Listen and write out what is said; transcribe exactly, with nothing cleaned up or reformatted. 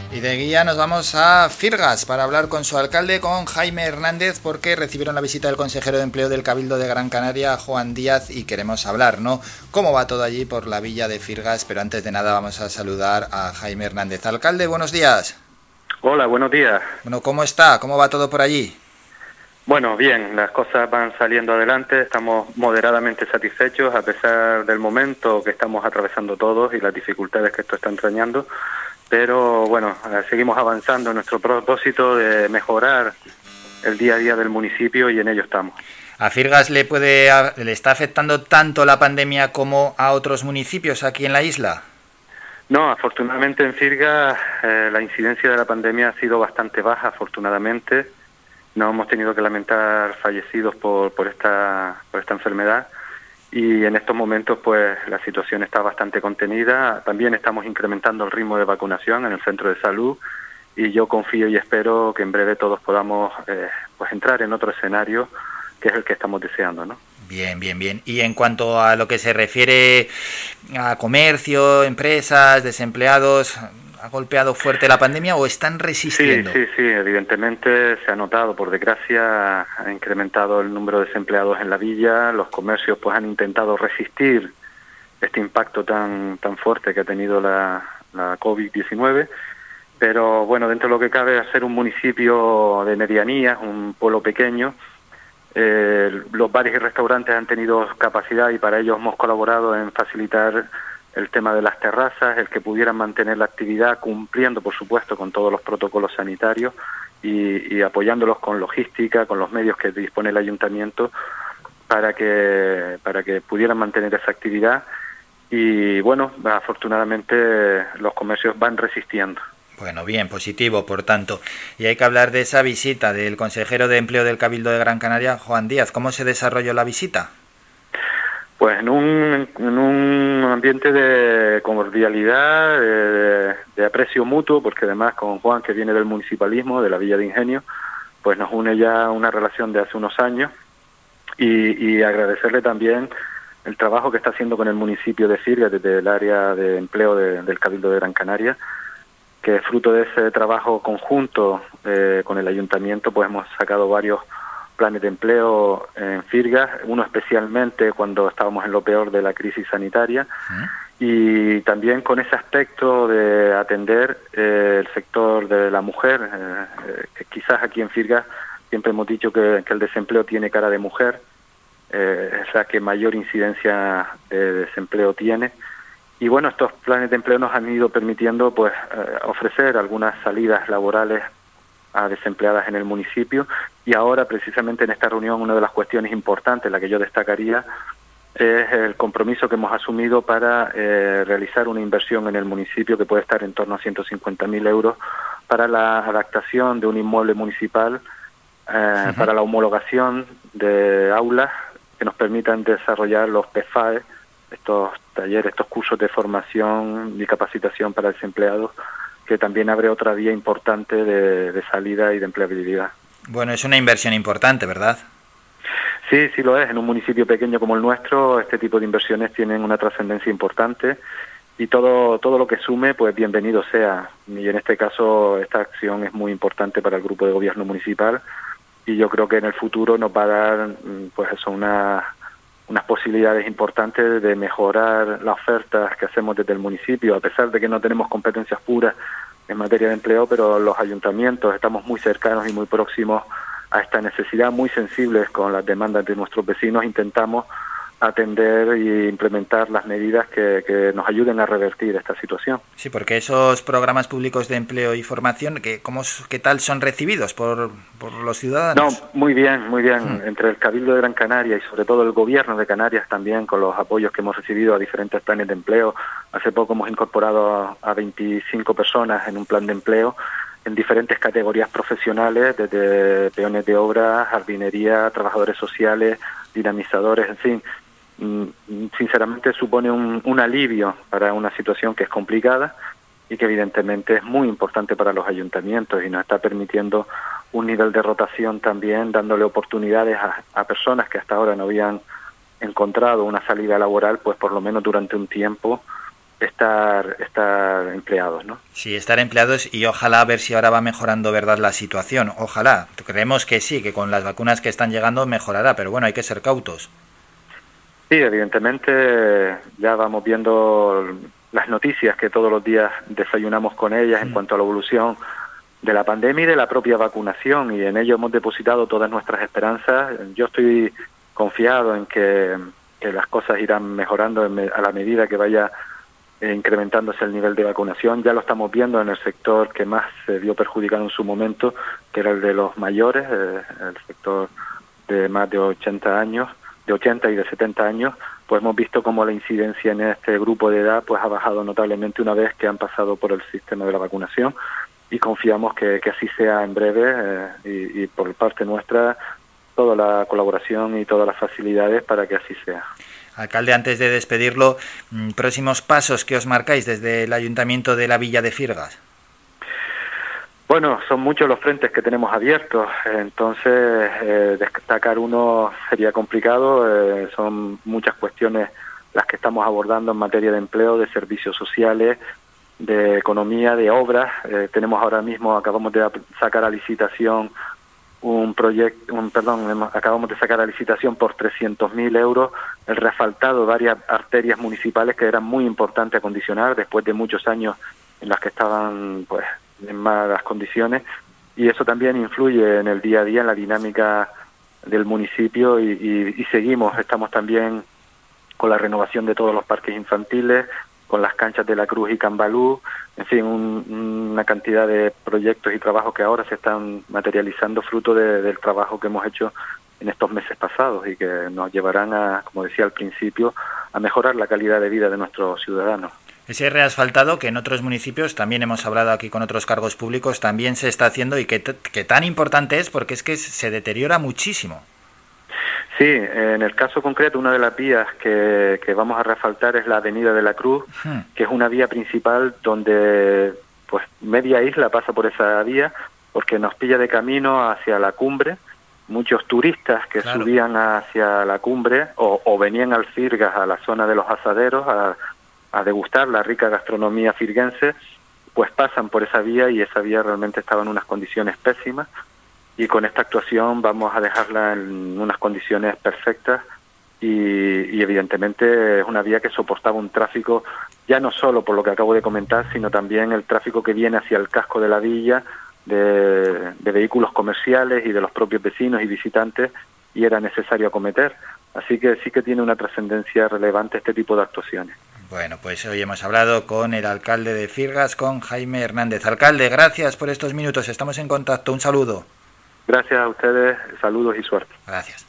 Y de Guía nos vamos a Firgas para hablar con su alcalde, con Jaime Hernández, porque recibieron la visita del consejero de Empleo del Cabildo de Gran Canaria, Juan Díaz, y queremos hablar, ¿no? ¿Cómo va todo allí por la villa de Firgas? Pero antes de nada vamos a saludar a Jaime Hernández. Alcalde, buenos días. Hola, buenos días. Bueno, ¿cómo está? ¿Cómo va todo por allí? Bueno, bien, las cosas van saliendo adelante, estamos moderadamente satisfechos a pesar del momento que estamos atravesando todos y las dificultades que esto está entrañando, pero bueno, seguimos avanzando en nuestro propósito de mejorar el día a día del municipio y en ello estamos. ¿A Firgas le puede le está afectando tanto la pandemia como a otros municipios aquí en la isla? No, afortunadamente en Firgas eh, la incidencia de la pandemia ha sido bastante baja, afortunadamente. No hemos tenido que lamentar fallecidos por, por, esta, por esta enfermedad y en estos momentos pues la situación está bastante contenida. También estamos incrementando el ritmo de vacunación en el centro de salud y yo confío y espero que en breve todos podamos eh, pues entrar en otro escenario que es el que estamos deseando, ¿no? Bien, bien, bien. Y en cuanto a lo que se refiere a comercio, empresas, desempleados, ¿ha golpeado fuerte la pandemia o están resistiendo? Sí, sí, sí, evidentemente se ha notado, por desgracia, ha incrementado el número de desempleados en la villa, los comercios pues han intentado resistir este impacto tan tan fuerte que ha tenido la, la COVID diecinueve, pero bueno, dentro de lo que cabe, al ser un municipio de medianía, un pueblo pequeño, eh, los bares y restaurantes han tenido capacidad y para ello hemos colaborado en facilitar el tema de las terrazas, el que pudieran mantener la actividad cumpliendo, por supuesto, con todos los protocolos sanitarios y, y apoyándolos con logística, con los medios que dispone el ayuntamiento para que para que pudieran mantener esa actividad y, bueno, afortunadamente los comercios van resistiendo. Bueno, bien, positivo, por tanto. Y hay que hablar de esa visita del consejero de Empleo del Cabildo de Gran Canaria, Juan Díaz. ¿Cómo se desarrolló la visita? Pues en un, en un ambiente de cordialidad, de, de aprecio mutuo, porque además con Juan, que viene del municipalismo, de la Villa de Ingenio, pues nos une ya una relación de hace unos años y, y agradecerle también el trabajo que está haciendo con el municipio de Firgas desde el área de empleo de, del Cabildo de Gran Canaria, que fruto de ese trabajo conjunto eh, con el ayuntamiento pues hemos sacado varios planes de empleo en Firgas, uno especialmente cuando estábamos en lo peor de la crisis sanitaria, ¿Mm? Y también con ese aspecto de atender eh, el sector de la mujer, eh, que quizás aquí en Firgas siempre hemos dicho que, que el desempleo tiene cara de mujer, eh, es la que mayor incidencia de desempleo tiene, y bueno, estos planes de empleo nos han ido permitiendo pues eh, ofrecer algunas salidas laborales a desempleadas en el municipio y ahora precisamente en esta reunión una de las cuestiones importantes, la que yo destacaría, es el compromiso que hemos asumido para eh, realizar una inversión en el municipio que puede estar en torno a ciento cincuenta mil euros para la adaptación de un inmueble municipal, eh, uh-huh. para la homologación de aulas que nos permitan desarrollar los P F A E, estos talleres, estos cursos de formación y capacitación para desempleados, que también abre otra vía importante de, de salida y de empleabilidad. Bueno, es una inversión importante, ¿verdad? Sí, sí lo es. En un municipio pequeño como el nuestro, este tipo de inversiones tienen una trascendencia importante y todo todo lo que sume, pues bienvenido sea. Y en este caso, esta acción es muy importante para el grupo de gobierno municipal y yo creo que en el futuro nos va a dar, pues eso, una... unas posibilidades importantes de mejorar las ofertas que hacemos desde el municipio, a pesar de que no tenemos competencias puras en materia de empleo, pero los ayuntamientos estamos muy cercanos y muy próximos a esta necesidad, muy sensibles con las demandas de nuestros vecinos, intentamos atender y implementar las medidas que, que nos ayuden a revertir esta situación. Sí, porque esos programas públicos de empleo y formación, ¿qué, cómo, qué tal son recibidos por, por los ciudadanos? No, muy bien, muy bien. Hmm. Entre el Cabildo de Gran Canaria y sobre todo el Gobierno de Canarias también, con los apoyos que hemos recibido a diferentes planes de empleo. Hace poco hemos incorporado a, a veinticinco personas en un plan de empleo en diferentes categorías profesionales, desde peones de obra, jardinería, trabajadores sociales, dinamizadores, en fin. Sinceramente supone un, un alivio para una situación que es complicada y que evidentemente es muy importante para los ayuntamientos y nos está permitiendo un nivel de rotación también, dándole oportunidades a, a personas que hasta ahora no habían encontrado una salida laboral, pues por lo menos durante un tiempo estar estar empleados, ¿no? Sí, estar empleados y ojalá a ver si ahora va mejorando, ¿verdad?, la situación. Ojalá. Creemos que sí, que con las vacunas que están llegando mejorará, pero bueno, hay que ser cautos. Sí, evidentemente ya vamos viendo las noticias que todos los días desayunamos con ellas en cuanto a la evolución de la pandemia y de la propia vacunación, y en ello hemos depositado todas nuestras esperanzas. Yo estoy confiado en que, que las cosas irán mejorando a la medida que vaya eh, incrementándose el nivel de vacunación. Ya lo estamos viendo en el sector que más se vio perjudicado en su momento, que era el de los mayores, eh, el sector de más de ochenta años, de ochenta y de setenta años. Pues hemos visto cómo la incidencia en este grupo de edad pues ha bajado notablemente una vez que han pasado por el sistema de la vacunación, y confiamos que, que así sea en breve, eh, y, y por parte nuestra toda la colaboración y todas las facilidades para que así sea. Alcalde, antes de despedirlo, próximos pasos que os marcáis desde el Ayuntamiento de la Villa de Firgas. Bueno, son muchos los frentes que tenemos abiertos, entonces eh, destacar uno sería complicado. Eh, son muchas cuestiones las que estamos abordando en materia de empleo, de servicios sociales, de economía, de obras. Eh, tenemos ahora mismo, acabamos de sacar a licitación un proyecto, un, perdón, acabamos de sacar a licitación por trescientos mil euros el reasfaltado de varias arterias municipales que eran muy importantes acondicionar después de muchos años en las que estaban pues en malas condiciones, y eso también influye en el día a día, en la dinámica del municipio, y, y, y seguimos, estamos también con la renovación de todos los parques infantiles, con las canchas de la Cruz y Cambalú, en fin, un, una cantidad de proyectos y trabajos que ahora se están materializando fruto de, del trabajo que hemos hecho en estos meses pasados y que nos llevarán a, como decía al principio, a mejorar la calidad de vida de nuestros ciudadanos. Ese reasfaltado que en otros municipios, también hemos hablado aquí con otros cargos públicos, también se está haciendo, y que, que tan importante es porque es que se deteriora muchísimo. Sí, en el caso concreto, una de las vías que, que vamos a reasfaltar es la Avenida de la Cruz, hmm. que es una vía principal donde pues media isla pasa por esa vía, porque nos pilla de camino hacia la cumbre. Muchos turistas que claro. subían hacia la cumbre o, o venían al Firgas, a la zona de los asaderos, a, a degustar la rica gastronomía firguense, pues pasan por esa vía, y esa vía realmente estaba en unas condiciones pésimas, y con esta actuación vamos a dejarla en unas condiciones perfectas, y, y evidentemente es una vía que soportaba un tráfico, ya no solo por lo que acabo de comentar, sino también el tráfico que viene hacia el casco de la villa, de, de vehículos comerciales y de los propios vecinos y visitantes, y era necesario acometer. Así que sí que tiene una trascendencia relevante este tipo de actuaciones. Bueno, pues hoy hemos hablado con el alcalde de Firgas, con Jaime Hernández. Alcalde, gracias por estos minutos, estamos en contacto, un saludo. Gracias a ustedes, saludos y suerte. Gracias.